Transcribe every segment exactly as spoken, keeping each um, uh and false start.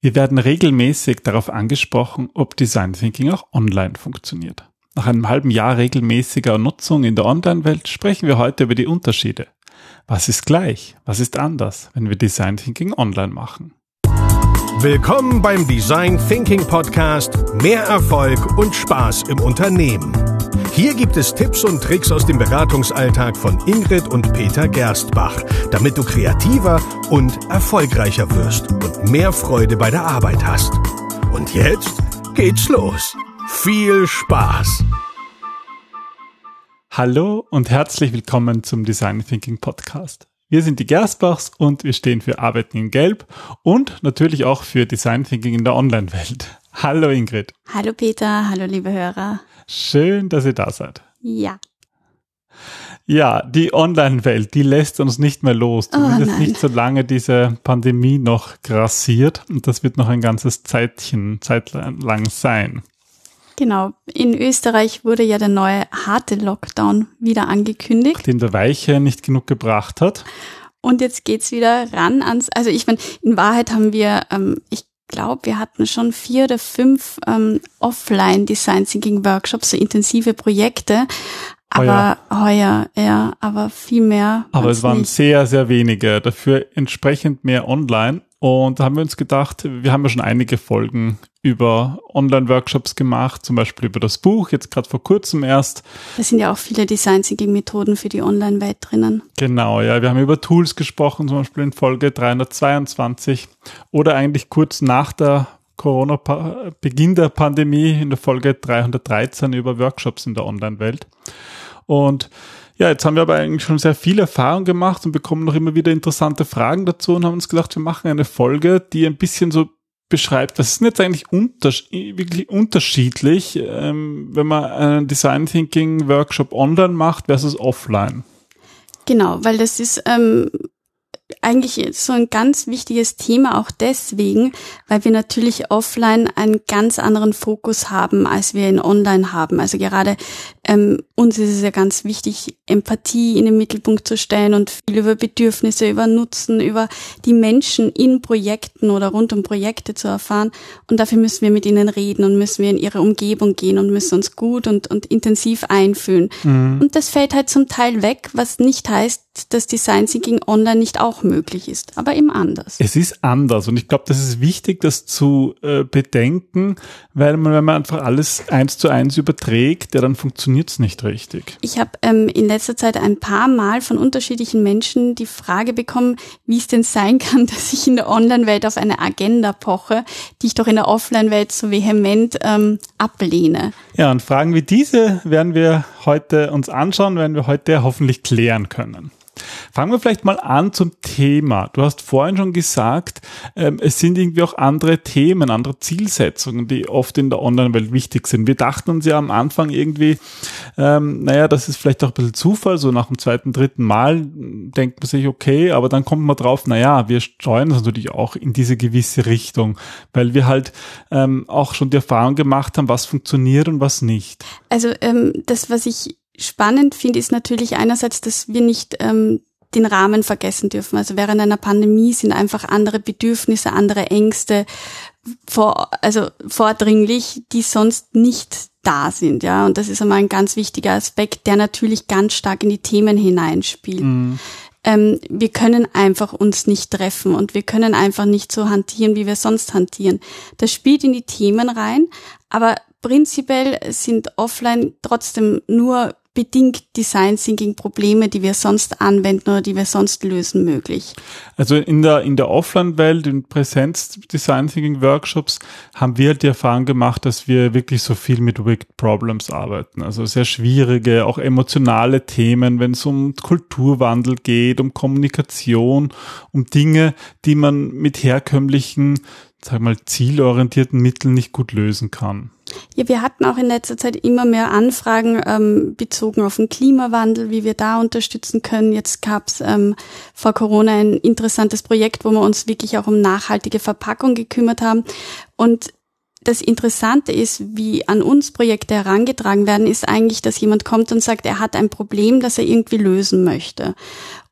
Wir werden regelmäßig darauf angesprochen, ob Design Thinking auch online funktioniert. Nach einem halben Jahr regelmäßiger Nutzung in der Online-Welt sprechen wir heute über die Unterschiede. Was ist gleich? Was ist anders, wenn wir Design Thinking online machen? Willkommen beim Design Thinking Podcast Mehr Erfolg und Spaß im Unternehmen. Hier gibt es Tipps und Tricks aus dem Beratungsalltag von Ingrid und Peter Gerstbach, damit du kreativer und erfolgreicher wirst und mehr Freude bei der Arbeit hast. Und jetzt geht's los. Viel Spaß! Hallo und herzlich willkommen zum Design Thinking Podcast. Wir sind die Gerstbachs und wir stehen für Arbeiten in Gelb und natürlich auch für Design Thinking in der Online-Welt. Hallo Ingrid. Hallo Peter, hallo liebe Hörer. Schön, dass ihr da seid. Ja. Ja, die Online-Welt, die lässt uns nicht mehr los. Zumindest oh nicht, solange diese Pandemie noch grassiert. Und das wird noch ein ganzes Zeitchen, zeitlang sein. Genau. In Österreich wurde ja der neue harte Lockdown wieder angekündigt. Nachdem der weiche nicht genug gebracht hat. Und jetzt geht's wieder ran ans, also ich meine, in Wahrheit haben wir, ähm, ich Ich glaube, wir hatten schon vier oder fünf ähm, Offline-Design-Thinking-Workshops, so intensive Projekte. Aber heuer, heuer ja, aber viel mehr. Aber es waren nicht. sehr, sehr wenige. Dafür entsprechend mehr online. Und da haben wir uns gedacht, wir haben ja schon einige Folgen über Online-Workshops gemacht, zum Beispiel über das Buch, jetzt gerade vor kurzem erst. Da sind ja auch viele Design-Thinking-Methoden für die Online-Welt drinnen. Genau, ja. Wir haben über Tools gesprochen, zum Beispiel in Folge dreihundertzweiundzwanzig oder eigentlich kurz nach der Corona, Beginn der Pandemie in der Folge dreihundertdreizehn über Workshops in der Online-Welt. Und ja, jetzt haben wir aber eigentlich schon sehr viel Erfahrung gemacht und bekommen noch immer wieder interessante Fragen dazu und haben uns gedacht, wir machen eine Folge, die ein bisschen so beschreibt, was ist denn jetzt eigentlich unters- wirklich unterschiedlich, ähm, wenn man einen Design Thinking Workshop online macht versus offline. Genau, weil das ist ähm, eigentlich so ein ganz wichtiges Thema auch deswegen, weil wir natürlich offline einen ganz anderen Fokus haben, als wir in online haben. Also gerade ähm, uns ist es ja ganz wichtig, Empathie in den Mittelpunkt zu stellen und viel über Bedürfnisse, über Nutzen, über die Menschen in Projekten oder rund um Projekte zu erfahren. Und dafür müssen wir mit ihnen reden und müssen wir in ihre Umgebung gehen und müssen uns gut und, und intensiv einfühlen. Mhm. Und das fällt halt zum Teil weg, was nicht heißt, dass Design Thinking online nicht auch möglich ist, aber eben anders. Es ist anders und ich glaube, das ist wichtig, das zu äh, bedenken, weil man, wenn man einfach alles eins zu eins überträgt, ja, dann funktioniert es nicht richtig. Ich habe ähm, in letzter Zeit ein paar Mal von unterschiedlichen Menschen die Frage bekommen, wie es denn sein kann, dass ich in der Online-Welt auf eine Agenda poche, die ich doch in der Offline-Welt so vehement ähm, ablehne. Ja, und Fragen wie diese werden wir heute uns anschauen, werden wir heute hoffentlich klären können. Fangen wir vielleicht mal an zum Thema. Du hast vorhin schon gesagt, ähm, es sind irgendwie auch andere Themen, andere Zielsetzungen, die oft in der Online-Welt wichtig sind. Wir dachten uns ja am Anfang irgendwie, ähm, naja, das ist vielleicht auch ein bisschen Zufall, so nach dem zweiten, dritten Mal denkt man sich, okay, aber dann kommt man drauf, naja, wir steuern das natürlich auch in diese gewisse Richtung, weil wir halt ähm, auch schon die Erfahrung gemacht haben, was funktioniert und was nicht. Also ähm, das, was ich spannend finde, ist natürlich einerseits, dass wir nicht ähm, den Rahmen vergessen dürfen. Also während einer Pandemie sind einfach andere Bedürfnisse, andere Ängste vor, also vordringlich, die sonst nicht da sind, ja. Und das ist einmal ein ganz wichtiger Aspekt, der natürlich ganz stark in die Themen hineinspielt. Mhm. Ähm, wir können einfach uns nicht treffen und wir können einfach nicht so hantieren, wie wir sonst hantieren. Das spielt in die Themen rein, aber prinzipiell sind offline trotzdem nur bedingt Design Thinking Probleme, die wir sonst anwenden oder die wir sonst lösen, möglich. Also in der in der Offline-Welt, in Präsenz Design Thinking Workshops haben wir die Erfahrung gemacht, dass wir wirklich so viel mit Wicked Problems arbeiten. Also sehr schwierige, auch emotionale Themen, wenn es um Kulturwandel geht, um Kommunikation, um Dinge, die man mit herkömmlichen, sag mal, zielorientierten Mitteln nicht gut lösen kann. Ja, wir hatten auch in letzter Zeit immer mehr Anfragen ähm, bezogen auf den Klimawandel, wie wir da unterstützen können. Jetzt gab es ähm, vor Corona ein interessantes Projekt, wo wir uns wirklich auch um nachhaltige Verpackung gekümmert haben. Und das Interessante ist, wie an uns Projekte herangetragen werden, ist eigentlich, dass jemand kommt und sagt, er hat ein Problem, das er irgendwie lösen möchte.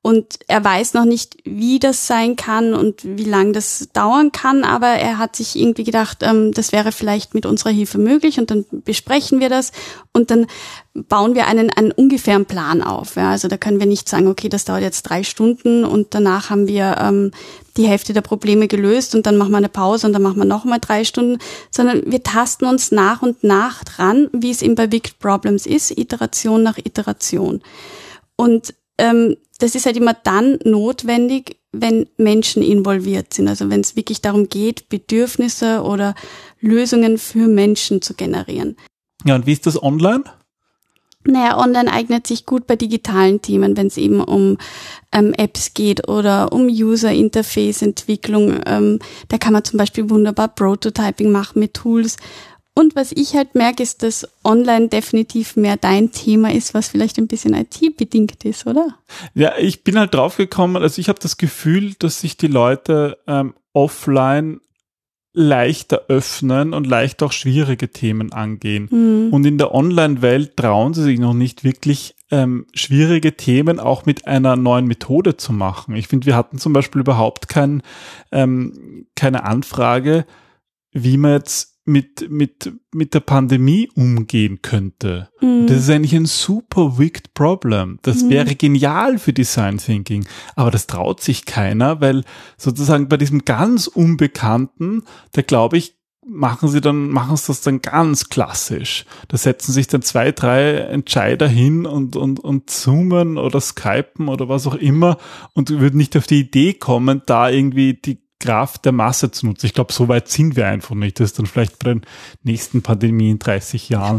Und er weiß noch nicht, wie das sein kann und wie lange das dauern kann, aber er hat sich irgendwie gedacht, ähm, das wäre vielleicht mit unserer Hilfe möglich und dann besprechen wir das und dann bauen wir einen, einen ungefähren Plan auf. Ja. Also da können wir nicht sagen, okay, das dauert jetzt drei Stunden und danach haben wir ähm, die Hälfte der Probleme gelöst und dann machen wir eine Pause und dann machen wir nochmal drei Stunden, sondern wir tasten uns nach und nach dran, wie es eben bei Wicked Problems ist, Iteration nach Iteration. Und ähm, das ist halt immer dann notwendig, wenn Menschen involviert sind. Also wenn es wirklich darum geht, Bedürfnisse oder Lösungen für Menschen zu generieren. Ja, und wie ist das online? Naja, online eignet sich gut bei digitalen Themen, wenn es eben um ähm, Apps geht oder um User-Interface-Entwicklung. Ähm, da kann man zum Beispiel wunderbar Prototyping machen mit Tools. Und was ich halt merke, ist, dass online definitiv mehr dein Thema ist, was vielleicht ein bisschen I T-bedingt ist, oder? Ja, ich bin halt draufgekommen, also ich habe das Gefühl, dass sich die Leute ähm, offline leichter öffnen und leicht auch schwierige Themen angehen. Mhm. Und in der Online-Welt trauen sie sich noch nicht wirklich ähm, schwierige Themen auch mit einer neuen Methode zu machen. Ich finde, wir hatten zum Beispiel überhaupt kein, ähm, keine Anfrage, wie man jetzt mit mit mit der Pandemie umgehen könnte. Mhm. Das ist eigentlich ein super wicked Problem. Das mhm. wäre genial für Design Thinking, aber das traut sich keiner, weil sozusagen bei diesem ganz Unbekannten, da glaube ich, machen sie dann machen sie das dann ganz klassisch. Da setzen sich dann zwei, drei Entscheider hin und und und zoomen oder skypen oder was auch immer und würden nicht auf die Idee kommen, da irgendwie die Kraft der Masse zu nutzen. Ich glaube, so weit sind wir einfach nicht. Das ist dann vielleicht bei den nächsten Pandemien in dreißig Jahren.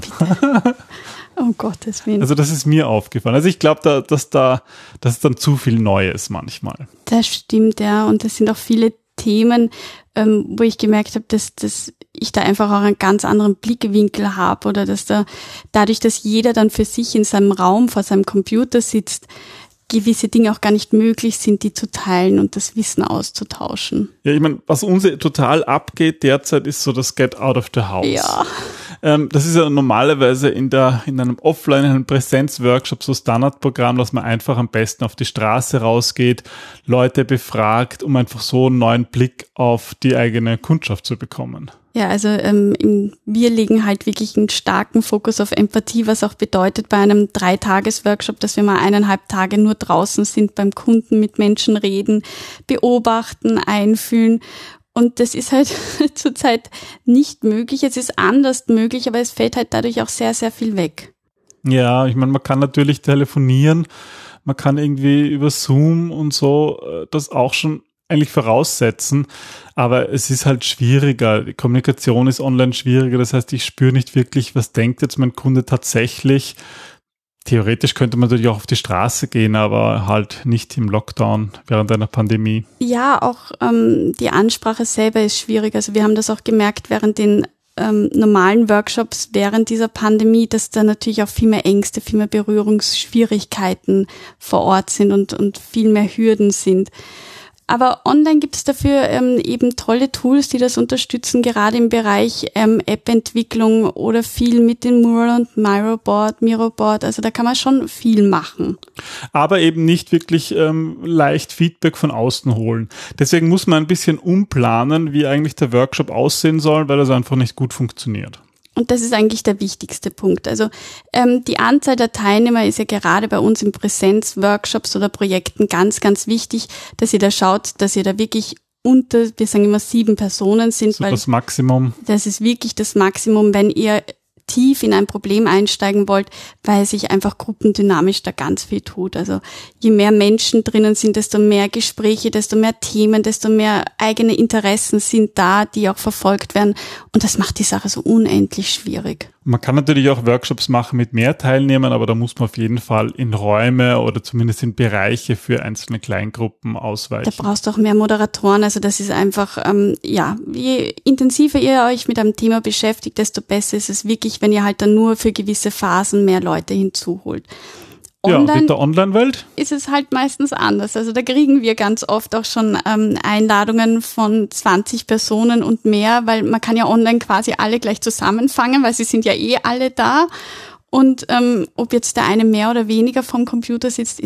Um Gottes Willen. Also das ist mir aufgefallen. Also ich glaube, da, dass da das ist dann zu viel Neues manchmal. Das stimmt, ja. Und das sind auch viele Themen, ähm, wo ich gemerkt habe, dass, dass ich da einfach auch einen ganz anderen Blickwinkel habe oder dass da dadurch, dass jeder dann für sich in seinem Raum vor seinem Computer sitzt, gewisse Dinge auch gar nicht möglich sind, die zu teilen und das Wissen auszutauschen. Ja, ich meine, was uns total abgeht derzeit, ist so das Get out of the house. Ja. Ähm, das ist ja normalerweise in der in einem Offline, in einem Präsenzworkshop so Standardprogramm, dass man einfach am besten auf die Straße rausgeht, Leute befragt, um einfach so einen neuen Blick auf die eigene Kundschaft zu bekommen. Ja, also ähm, in, wir legen halt wirklich einen starken Fokus auf Empathie, was auch bedeutet bei einem Dreitages-Workshop, dass wir mal eineinhalb Tage nur draußen sind, beim Kunden mit Menschen reden, beobachten, einfühlen. Und das ist halt zurzeit nicht möglich. Es ist anders möglich, aber es fällt halt dadurch auch sehr, sehr viel weg. Ja, ich meine, man kann natürlich telefonieren, man kann irgendwie über Zoom und so äh, das auch schon eigentlich voraussetzen, aber es ist halt schwieriger. Die Kommunikation ist online schwieriger, das heißt, ich spüre nicht wirklich, was denkt jetzt mein Kunde tatsächlich. Theoretisch könnte man natürlich auch auf die Straße gehen, aber halt nicht im Lockdown während einer Pandemie. Ja, auch ähm, die Ansprache selber ist schwierig. Also wir haben das auch gemerkt während den ähm, normalen Workshops während dieser Pandemie, dass da natürlich auch viel mehr Ängste, viel mehr Berührungsschwierigkeiten vor Ort sind und, und viel mehr Hürden sind. Aber online gibt es dafür ähm, eben tolle Tools, die das unterstützen, gerade im Bereich ähm, App-Entwicklung oder viel mit dem Mural und Miroboard, Miroboard. Also da kann man schon viel machen. Aber eben nicht wirklich ähm, leicht Feedback von außen holen. Deswegen muss man ein bisschen umplanen, wie eigentlich der Workshop aussehen soll, weil das einfach nicht gut funktioniert. Und das ist eigentlich der wichtigste Punkt. Also ähm, die Anzahl der Teilnehmer ist ja gerade bei uns in Präsenzworkshops oder Projekten ganz, ganz wichtig, dass ihr da schaut, dass ihr da wirklich unter, wir sagen immer sieben Personen sind. So weil das Maximum. Das ist wirklich das Maximum, wenn ihr tief in ein Problem einsteigen wollt, weil sich einfach gruppendynamisch da ganz viel tut. Also je mehr Menschen drinnen sind, desto mehr Gespräche, desto mehr Themen, desto mehr eigene Interessen sind da, die auch verfolgt werden. Und das macht die Sache so unendlich schwierig. Man kann natürlich auch Workshops machen mit mehr Teilnehmern, aber da muss man auf jeden Fall in Räume oder zumindest in Bereiche für einzelne Kleingruppen ausweichen. Da brauchst du auch mehr Moderatoren. Also das ist einfach, ähm, ja, je intensiver ihr euch mit einem Thema beschäftigt, desto besser ist es wirklich, wenn ihr halt dann nur für gewisse Phasen mehr Leute hinzuholt. Online ja, mit der Online-Welt ist es halt meistens anders. Also da kriegen wir ganz oft auch schon ähm, Einladungen von zwanzig Personen und mehr, weil man kann ja online quasi alle gleich zusammenfangen, weil sie sind ja eh alle da. Und ähm, ob jetzt der eine mehr oder weniger vom Computer sitzt, ist ja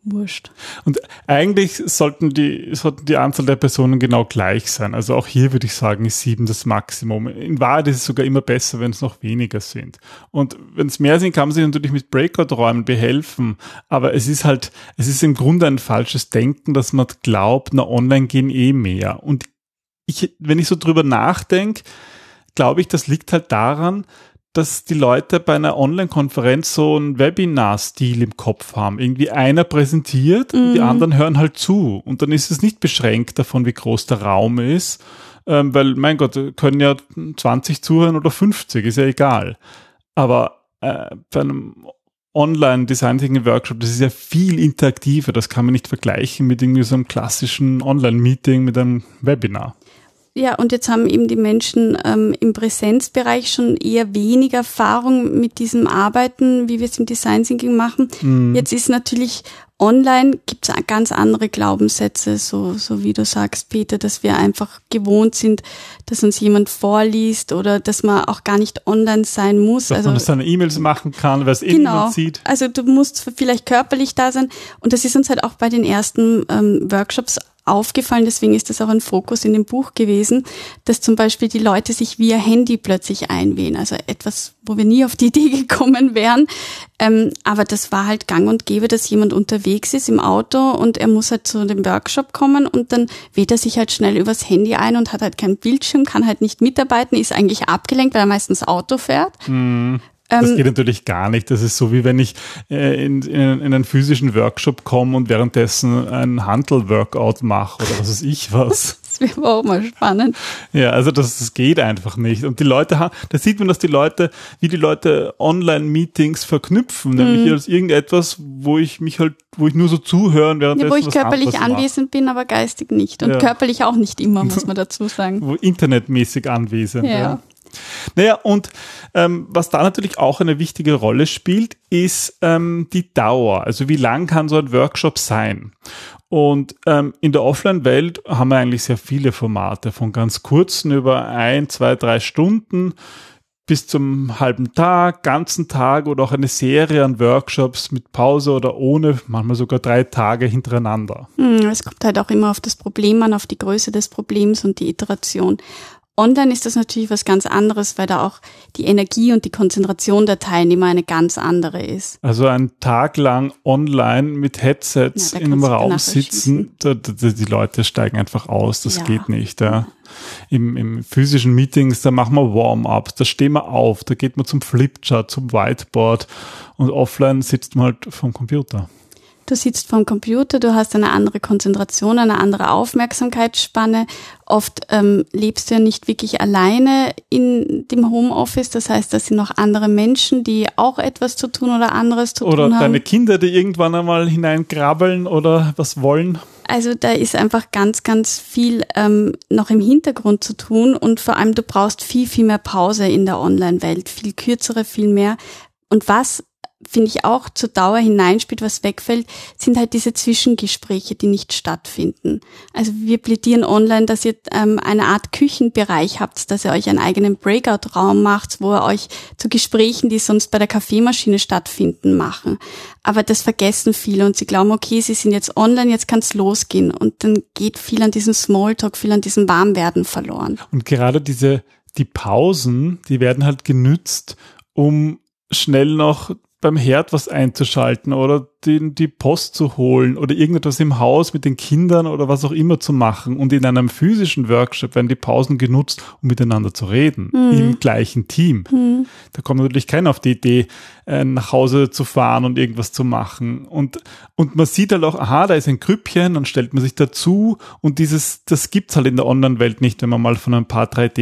wurscht. Und eigentlich sollten die, sollten die Anzahl der Personen genau gleich sein. Also auch hier würde ich sagen, ist sieben das Maximum. In Wahrheit ist es sogar immer besser, wenn es noch weniger sind. Und wenn es mehr sind, kann man sich natürlich mit Breakout-Räumen behelfen. Aber es ist halt, es ist im Grunde ein falsches Denken, dass man glaubt, na, online gehen eh mehr. Und ich, wenn ich so drüber nachdenke, glaube ich, das liegt halt daran, dass die Leute bei einer Online-Konferenz so einen Webinar-Stil im Kopf haben. Irgendwie einer präsentiert, mhm. und die anderen hören halt zu. Und dann ist es nicht beschränkt davon, wie groß der Raum ist, ähm, weil, mein Gott, können ja zwanzig zuhören oder fünfzig, ist ja egal. Aber äh, bei einem Online-Design-Thinking-Workshop, das ist ja viel interaktiver, das kann man nicht vergleichen mit irgendwie so einem klassischen Online-Meeting, mit einem Webinar. Ja, und jetzt haben eben die Menschen ähm, im Präsenzbereich schon eher weniger Erfahrung mit diesem Arbeiten, wie wir es im Design Thinking machen. Mhm. Jetzt ist natürlich online, gibt es ganz andere Glaubenssätze, so, so wie du sagst, Peter, dass wir einfach gewohnt sind, dass uns jemand vorliest oder dass man auch gar nicht online sein muss. Dass also, man das seine E-Mails machen kann, weil es eh genau, niemand sieht. Also du musst vielleicht körperlich da sein. Und das ist uns halt auch bei den ersten ähm, Workshops aufgefallen, deswegen ist das auch ein Fokus in dem Buch gewesen, dass zum Beispiel die Leute sich via Handy plötzlich einwählen, also etwas, wo wir nie auf die Idee gekommen wären, ähm, aber das war halt gang und gäbe, dass jemand unterwegs ist im Auto und er muss halt zu dem Workshop kommen und dann wählt er sich halt schnell übers Handy ein und hat halt keinen Bildschirm, kann halt nicht mitarbeiten, ist eigentlich abgelenkt, weil er meistens Auto fährt. Mhm. Das geht natürlich gar nicht. Das ist so, wie wenn ich äh, in, in, in einen physischen Workshop komme und währenddessen ein Handel-Workout mache oder was weiß ich was. Das wäre auch mal spannend. Ja, also das, das geht einfach nicht. Und die Leute haben, da sieht man, dass die Leute, wie die Leute Online-Meetings verknüpfen, nämlich mhm. als irgendetwas, wo ich mich halt, wo ich nur so zuhören währenddessen ja, wo ich was körperlich anwesend bin, aber geistig nicht. Und ja. körperlich auch nicht immer, muss man dazu sagen. Wo internetmäßig anwesend. Ja. ja. Naja, und ähm, was da natürlich auch eine wichtige Rolle spielt, ist ähm, die Dauer. Also wie lang kann so ein Workshop sein? Und ähm, in der Offline-Welt haben wir eigentlich sehr viele Formate, von ganz kurzen über ein, zwei, drei Stunden bis zum halben Tag, ganzen Tag oder auch eine Serie an Workshops mit Pause oder ohne, manchmal sogar drei Tage hintereinander. Es kommt halt auch immer auf das Problem an, auf die Größe des Problems und die Iteration. Online ist das natürlich was ganz anderes, weil da auch die Energie und die Konzentration der Teilnehmer eine ganz andere ist. Also ein Tag lang online mit Headsets ja, in einem Raum sitzen, da, da, die Leute steigen einfach aus, das ja. geht nicht. Ja. Im, Im physischen Meetings, da machen wir Warm-ups, da stehen wir auf, da geht man zum Flipchart, zum Whiteboard und offline sitzt man halt vom Computer. Du sitzt vorm Computer, du hast eine andere Konzentration, eine andere Aufmerksamkeitsspanne. Oft ähm, lebst du ja nicht wirklich alleine in dem Homeoffice. Das heißt, das sind noch andere Menschen, die auch etwas zu tun oder anderes zu oder tun haben. Oder deine Kinder, die irgendwann einmal hineinkrabbeln oder was wollen. Also da ist einfach ganz, ganz viel ähm, noch im Hintergrund zu tun. Und vor allem, du brauchst viel, viel mehr Pause in der Online-Welt. Viel kürzere, viel mehr. Und was finde ich auch zur Dauer hineinspielt, was wegfällt, sind halt diese Zwischengespräche, die nicht stattfinden. Also wir plädieren online, dass ihr ähm, eine Art Küchenbereich habt, dass ihr euch einen eigenen Breakout-Raum macht, wo ihr euch zu Gesprächen, die sonst bei der Kaffeemaschine stattfinden, machen. Aber das vergessen viele und sie glauben, okay, sie sind jetzt online, jetzt kann es losgehen. Und dann geht viel an diesem Smalltalk, viel an diesem Warmwerden verloren. Und gerade diese, die Pausen, die werden halt genützt, um schnell noch beim Herd was einzuschalten oder die, die Post zu holen oder irgendetwas im Haus mit den Kindern oder was auch immer zu machen. Und in einem physischen Workshop werden die Pausen genutzt, um miteinander zu reden, mhm. im gleichen Team. Mhm. Da kommt natürlich keiner auf die Idee, äh, nach Hause zu fahren und irgendwas zu machen. Und, und man sieht halt auch, aha, da ist ein Grüppchen, dann stellt man sich dazu und dieses, das gibt's halt in der Online-Welt nicht, wenn man mal von ein paar drei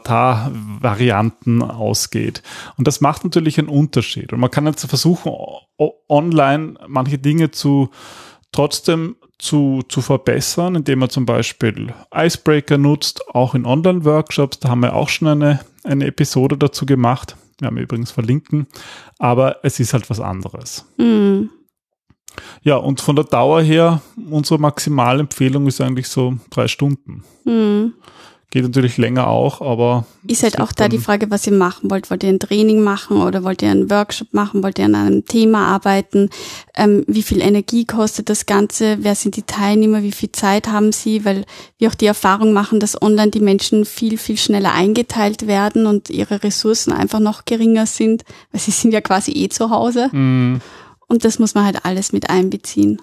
D-Avatar-Varianten ausgeht. Und das macht natürlich einen Unterschied. Und man kann jetzt versuchen, online manche Dinge zu trotzdem zu, zu verbessern, indem man zum Beispiel Icebreaker nutzt, auch in Online-Workshops. Da haben wir auch schon eine, eine Episode dazu gemacht. Wir haben übrigens verlinken. Aber es ist halt was anderes. Mhm. Ja, und von der Dauer her, unsere Maximalempfehlung ist eigentlich so drei Stunden. Mhm. Geht natürlich länger auch, aber... Ist halt auch da die Frage, was ihr machen wollt. Wollt ihr ein Training machen oder wollt ihr einen Workshop machen? Wollt ihr an einem Thema arbeiten? Ähm, wie viel Energie kostet das Ganze? Wer sind die Teilnehmer? Wie viel Zeit haben sie? Weil wir auch die Erfahrung machen, dass online die Menschen viel, viel schneller eingeteilt werden und ihre Ressourcen einfach noch geringer sind, weil sie sind ja quasi eh zu Hause. Mm. Und das muss man halt alles mit einbeziehen.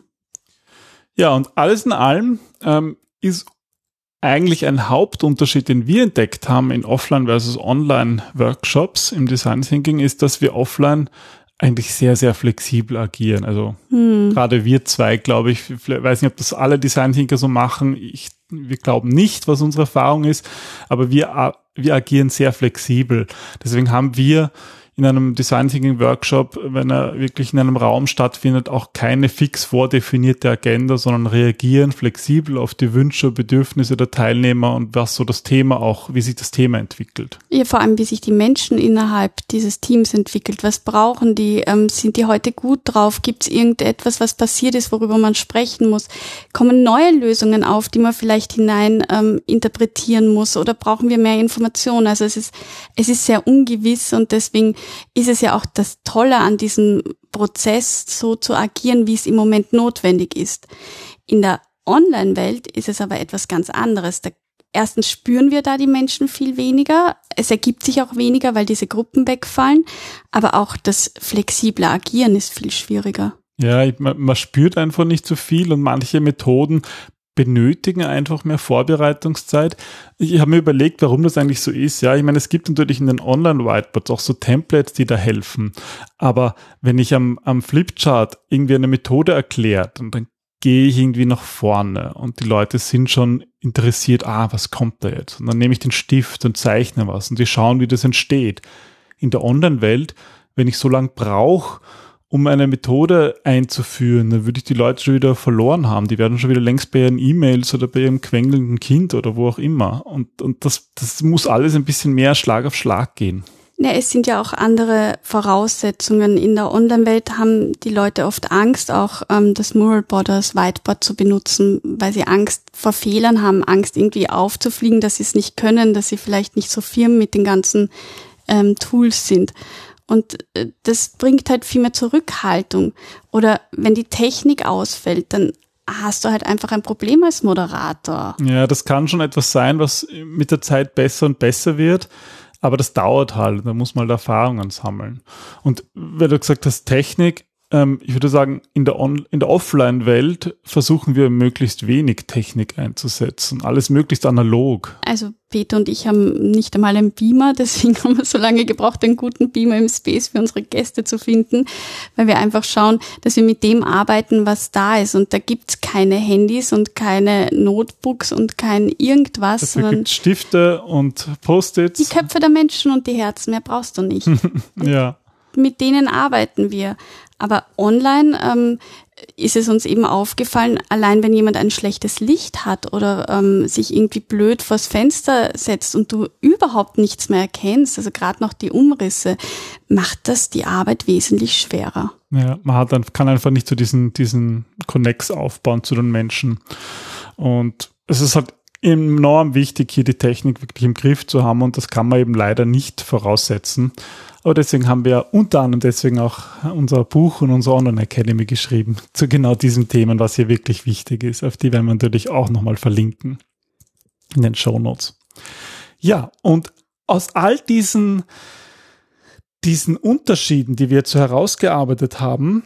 Ja, und alles in allem ähm, ist eigentlich ein Hauptunterschied, den wir entdeckt haben in Offline versus Online-Workshops im Design Thinking, ist, dass wir offline eigentlich sehr, sehr flexibel agieren. Also hm. gerade wir zwei, glaube ich, ich weiß nicht, ob das alle Design Thinker so machen. Ich, wir glauben nicht, was unsere Erfahrung ist, aber wir, wir agieren sehr flexibel. Deswegen haben wir in einem Design Thinking Workshop, wenn er wirklich in einem Raum stattfindet, auch keine fix vordefinierte Agenda, sondern reagieren flexibel auf die Wünsche, Bedürfnisse der Teilnehmer und was so das Thema auch, wie sich das Thema entwickelt. Ja, vor allem, wie sich die Menschen innerhalb dieses Teams entwickelt. Was brauchen die? Ähm, sind die heute gut drauf? Gibt es irgendetwas, was passiert ist, worüber man sprechen muss? Kommen neue Lösungen auf, die man vielleicht hinein ähm, interpretieren muss? Oder brauchen wir mehr Informationen? Also es ist, es ist sehr ungewiss und deswegen ist es ja auch das Tolle an diesem Prozess, so zu agieren, wie es im Moment notwendig ist. In der Online-Welt ist es aber etwas ganz anderes. Da, erstens spüren wir da die Menschen viel weniger. Es ergibt sich auch weniger, weil diese Gruppen wegfallen. Aber auch das flexible Agieren ist viel schwieriger. Ja, man, man spürt einfach nicht so viel und manche Methoden benötigen einfach mehr Vorbereitungszeit. Ich habe mir überlegt, warum das eigentlich so ist. Ja, ich meine, es gibt natürlich in den Online-Whiteboards auch so Templates, die da helfen. Aber wenn ich am, am Flipchart irgendwie eine Methode erkläre, dann, dann gehe ich irgendwie nach vorne und die Leute sind schon interessiert, ah, was kommt da jetzt? Und dann nehme ich den Stift und zeichne was und die schauen, wie das entsteht. In der Online-Welt, wenn ich so lange brauche, um eine Methode einzuführen, dann würde ich die Leute schon wieder verloren haben. Die werden schon wieder längst bei ihren E-Mails oder bei ihrem quengelnden Kind oder wo auch immer. Und, und das, das muss alles ein bisschen mehr Schlag auf Schlag gehen. Ja, es sind ja auch andere Voraussetzungen. In der Online-Welt haben die Leute oft Angst, auch ähm, das Muralboard oder das Whiteboard zu benutzen, weil sie Angst vor Fehlern haben, Angst irgendwie aufzufliegen, dass sie es nicht können, dass sie vielleicht nicht so firm mit den ganzen ähm, Tools sind. Und das bringt halt viel mehr Zurückhaltung. Oder wenn die Technik ausfällt, dann hast du halt einfach ein Problem als Moderator. Ja, das kann schon etwas sein, was mit der Zeit besser und besser wird. Aber das dauert halt. Da muss man halt Erfahrungen sammeln. Und wenn du gesagt hast, Technik, ähm, ich würde sagen, in der, On- in der Offline-Welt versuchen wir möglichst wenig Technik einzusetzen. Alles möglichst analog. Also Peter und ich haben nicht einmal einen Beamer, deswegen haben wir so lange gebraucht, einen guten Beamer im Space für unsere Gäste zu finden, weil wir einfach schauen, dass wir mit dem arbeiten, was da ist. Und da gibt's keine Handys und keine Notebooks und kein irgendwas. Es gibt Stifte und Post-its. Die Köpfe der Menschen und die Herzen, mehr brauchst du nicht. Ja. Mit denen arbeiten wir. Aber online ähm, ist es uns eben aufgefallen, allein wenn jemand ein schlechtes Licht hat oder ähm, sich irgendwie blöd vors Fenster setzt und du überhaupt nichts mehr erkennst, also gerade noch die Umrisse, macht das die Arbeit wesentlich schwerer. Ja, man hat dann, kann einfach nicht so diesen, diesen Connex aufbauen zu den Menschen. Und es ist halt enorm wichtig, hier die Technik wirklich im Griff zu haben und das kann man eben leider nicht voraussetzen. Aber deswegen haben wir unter anderem deswegen auch unser Buch und unsere Online-Academy geschrieben zu genau diesen Themen, was hier wirklich wichtig ist. Auf die werden wir natürlich auch nochmal verlinken in den Shownotes. Ja, und aus all diesen, diesen Unterschieden, die wir jetzt so herausgearbeitet haben,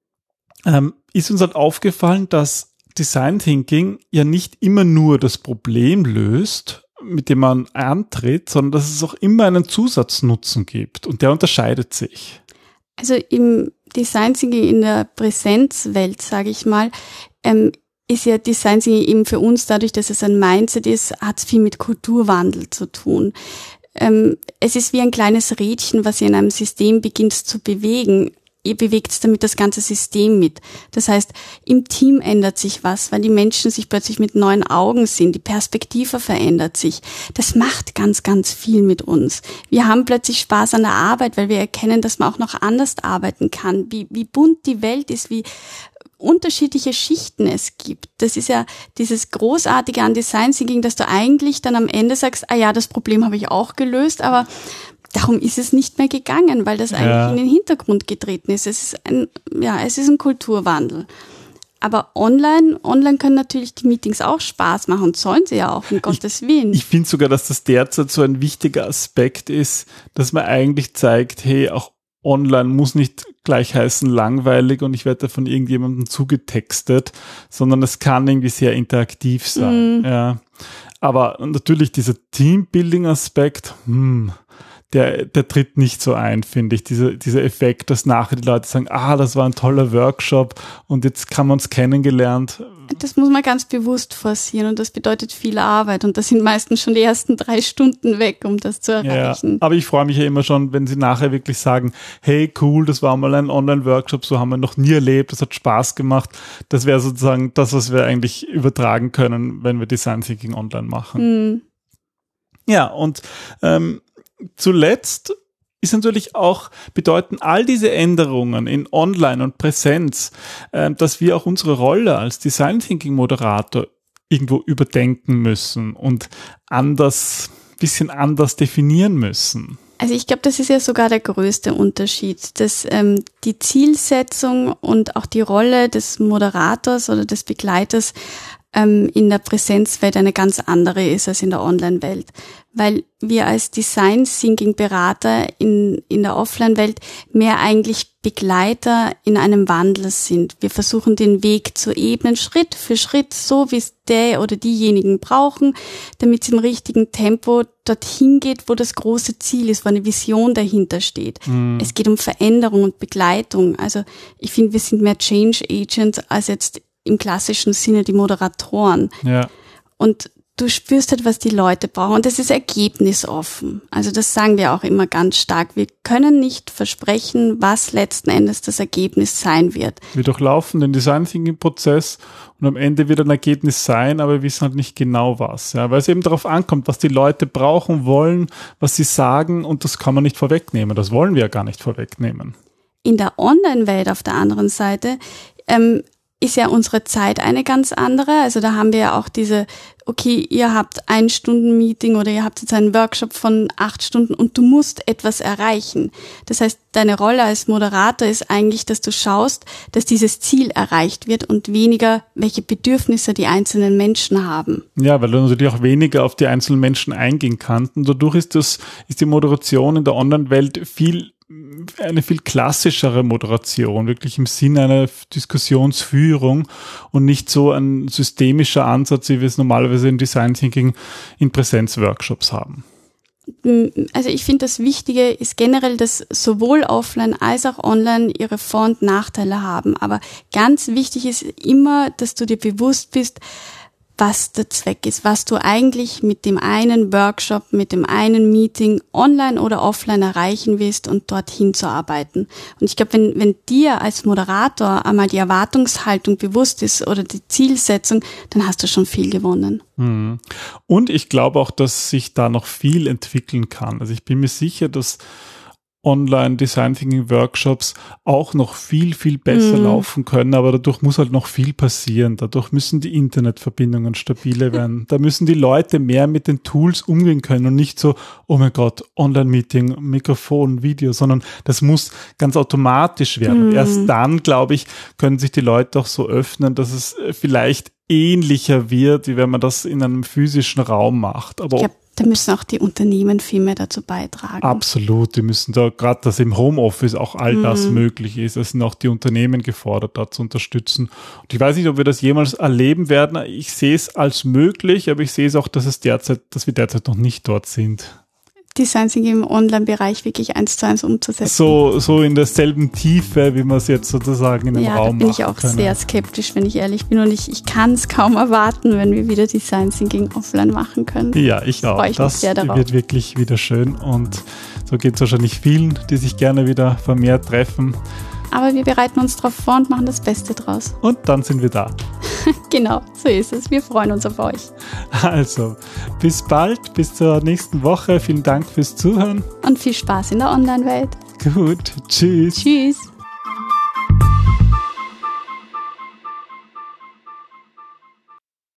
ähm, ist uns halt aufgefallen, dass Design Thinking ja nicht immer nur das Problem löst, mit dem man antritt, sondern dass es auch immer einen Zusatznutzen gibt und der unterscheidet sich. Also im Design Thinking in der Präsenzwelt, sage ich mal, ähm, ist ja Design Thinking eben für uns, dadurch, dass es ein Mindset ist, hat es viel mit Kulturwandel zu tun. Ähm, es ist wie ein kleines Rädchen, was ihr in einem System beginnt zu bewegen. Ihr bewegt damit das ganze System mit. Das heißt, im Team ändert sich was, weil die Menschen sich plötzlich mit neuen Augen sehen. Die Perspektive verändert sich. Das macht ganz, ganz viel mit uns. Wir haben plötzlich Spaß an der Arbeit, weil wir erkennen, dass man auch noch anders arbeiten kann. Wie, wie bunt die Welt ist, wie unterschiedliche Schichten es gibt. Das ist ja dieses Großartige an Design Thinking, dass du eigentlich dann am Ende sagst, ah ja, das Problem habe ich auch gelöst, aber darum ist es nicht mehr gegangen, weil das eigentlich ja. in den Hintergrund getreten ist. Es ist ein, ja, es ist ein Kulturwandel. Aber online, online können natürlich die Meetings auch Spaß machen und sollen sie ja auch, um Gottes Willen. Ich finde sogar, dass das derzeit so ein wichtiger Aspekt ist, dass man eigentlich zeigt, hey, auch online muss nicht gleich heißen langweilig und ich werde da von irgendjemandem zugetextet, sondern es kann irgendwie sehr interaktiv sein. Mhm. Ja. Aber natürlich dieser Teambuilding-Aspekt, hm, Der, der tritt nicht so ein, finde ich. Dieser, dieser Effekt, dass nachher die Leute sagen, ah, das war ein toller Workshop und jetzt haben wir uns kennengelernt. Das muss man ganz bewusst forcieren und das bedeutet viel Arbeit und da sind meistens schon die ersten drei Stunden weg, um das zu erreichen. Ja, aber ich freue mich ja immer schon, wenn sie nachher wirklich sagen, hey, cool, das war mal ein Online-Workshop, so haben wir noch nie erlebt, das hat Spaß gemacht. Das wäre sozusagen das, was wir eigentlich übertragen können, wenn wir Design Thinking online machen. Mhm. Ja, und ähm, zuletzt ist natürlich auch, bedeuten all diese Änderungen in Online und Präsenz, äh, dass wir auch unsere Rolle als Design Thinking Moderator irgendwo überdenken müssen und anders, bisschen anders definieren müssen. Also ich glaube, das ist ja sogar der größte Unterschied, dass ähm, die Zielsetzung und auch die Rolle des Moderators oder des Begleiters ähm, in der Präsenzwelt eine ganz andere ist als in der Online-Welt. Weil wir als Design-Thinking-Berater in, in der Offline-Welt mehr eigentlich Begleiter in einem Wandel sind. Wir versuchen den Weg zu ebnen, Schritt für Schritt, so wie es der oder diejenigen brauchen, damit es im richtigen Tempo dorthin geht, wo das große Ziel ist, wo eine Vision dahinter steht. Mhm. Es geht um Veränderung und Begleitung. Also ich finde, wir sind mehr Change Agents als jetzt im klassischen Sinne die Moderatoren. Ja. Und du spürst halt, was die Leute brauchen. Und das ist ergebnisoffen. Also das sagen wir auch immer ganz stark. Wir können nicht versprechen, was letzten Endes das Ergebnis sein wird. Wir durchlaufen den Design Thinking Prozess und am Ende wird ein Ergebnis sein, aber wir wissen halt nicht genau was. Ja, weil es eben darauf ankommt, was die Leute brauchen, wollen, was sie sagen, und das kann man nicht vorwegnehmen. Das wollen wir ja gar nicht vorwegnehmen. In der Online-Welt auf der anderen Seite ähm, ist ja unsere Zeit eine ganz andere. Also da haben wir ja auch diese, okay, ihr habt ein Stunden Meeting oder ihr habt jetzt einen Workshop von acht Stunden und du musst etwas erreichen. Das heißt, deine Rolle als Moderator ist eigentlich, dass du schaust, dass dieses Ziel erreicht wird und weniger, welche Bedürfnisse die einzelnen Menschen haben. Ja, weil du natürlich auch weniger auf die einzelnen Menschen eingehen kannst. Und dadurch ist das, ist die Moderation in der Online-Welt viel eine viel klassischere Moderation, wirklich im Sinne einer Diskussionsführung und nicht so ein systemischer Ansatz, wie wir es normalerweise im Design Thinking in Präsenzworkshops haben. Also ich finde, das Wichtige ist generell, dass sowohl offline als auch online ihre Vor- und Nachteile haben. Aber ganz wichtig ist immer, dass du dir bewusst bist, was der Zweck ist, was du eigentlich mit dem einen Workshop, mit dem einen Meeting online oder offline erreichen willst und dorthin zu arbeiten. Und ich glaube, wenn, wenn dir als Moderator einmal die Erwartungshaltung bewusst ist oder die Zielsetzung, dann hast du schon viel gewonnen. Und ich glaube auch, dass sich da noch viel entwickeln kann. Also ich bin mir sicher, dass Online-Design-Thinking-Workshops auch noch viel, viel besser mm. laufen können, aber dadurch muss halt noch viel passieren. Dadurch müssen die Internetverbindungen stabiler werden. Da müssen die Leute mehr mit den Tools umgehen können und nicht so, oh mein Gott, Online-Meeting, Mikrofon, Video, sondern das muss ganz automatisch werden. Mm. Erst dann, glaube ich, können sich die Leute auch so öffnen, dass es vielleicht ähnlicher wird, wie wenn man das in einem physischen Raum macht. Aber ich glaub, da müssen auch die Unternehmen viel mehr dazu beitragen. Absolut, die müssen da, gerade dass im Homeoffice auch all das mhm. möglich ist, es sind auch die Unternehmen gefordert, da zu unterstützen. Und ich weiß nicht, ob wir das jemals erleben werden. Ich sehe es als möglich, aber ich sehe es auch, dass es derzeit, dass wir derzeit noch nicht dort sind. Design Thinking im Online-Bereich wirklich eins zu eins umzusetzen. So, so in derselben Tiefe, wie man es jetzt sozusagen in dem ja, Raum macht. Ja, da bin ich auch können. sehr skeptisch, wenn ich ehrlich bin. Und ich, ich kann es kaum erwarten, wenn wir wieder Design Thinking offline machen können. Ja, ich auch. Ich das sehr darauf. Wird wirklich wieder schön. Und so geht es wahrscheinlich vielen, die sich gerne wieder vermehrt treffen. Aber wir bereiten uns darauf vor und machen das Beste draus. Und dann sind wir da. Genau, so ist es. Wir freuen uns auf euch. Also, bis bald, bis zur nächsten Woche. Vielen Dank fürs Zuhören. Und viel Spaß in der Online-Welt. Gut, tschüss. Tschüss.